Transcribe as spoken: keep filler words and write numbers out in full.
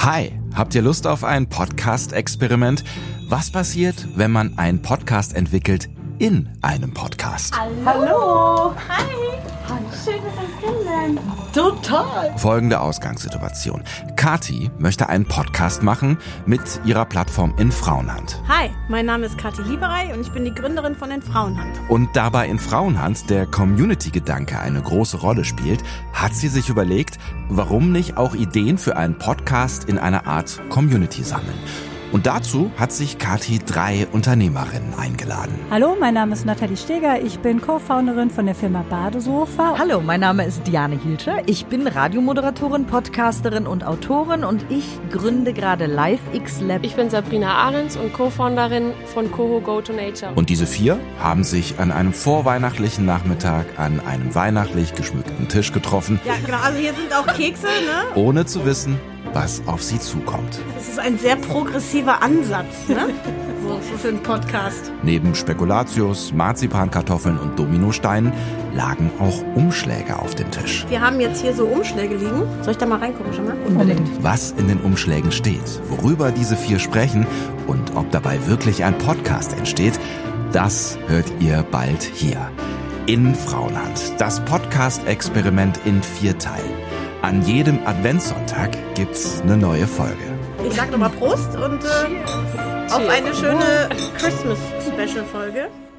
Hi, habt ihr Lust auf ein Podcast-Experiment? Was passiert, wenn man einen Podcast entwickelt in einem Podcast? Hallo! Hi! Schön, dass wir uns kennenlernen. Total! Folgende Ausgangssituation. Kathi möchte einen Podcast machen mit ihrer Plattform In Frauenhand. Hi, mein Name ist Kathi Lieberey und ich bin die Gründerin von In Frauenhand. Und dabei In Frauenhand der Community-Gedanke eine große Rolle spielt, hat sie sich überlegt, warum nicht auch Ideen für einen Podcast in einer Art Community sammeln. Und dazu hat sich Kathi drei Unternehmerinnen eingeladen. Hallo, mein Name ist Nathalie Steger, ich bin Co-Founderin von der Firma Badesofa. Hallo, mein Name ist Diane Hielscher, ich bin Radiomoderatorin, Podcasterin und Autorin und ich gründe gerade LiveX-Lab. Ich bin Sabrina Ahrens und Co-Founderin von Coho Go to Nature. Und diese vier haben sich an einem vorweihnachtlichen Nachmittag an einem weihnachtlich geschmückten Tisch getroffen. Ja, genau, also hier sind auch Kekse, ne? Ohne zu wissen, was auf sie zukommt. Das ist ein sehr progressiver Ansatz, ne? So, so für einen Podcast. Neben Spekulatius, Marzipankartoffeln und Dominosteinen lagen auch Umschläge auf dem Tisch. Wir haben jetzt hier so Umschläge liegen. Soll ich da mal reingucken schon mal? Unbedingt. Was in den Umschlägen steht, worüber diese vier sprechen und ob dabei wirklich ein Podcast entsteht, das hört ihr bald hier. In Frauenhand, das Podcast-Experiment in vier Teilen. An jedem Adventssonntag gibt's eine neue Folge. Ich sag nochmal Prost und äh, auf eine schöne Christmas-Special-Folge.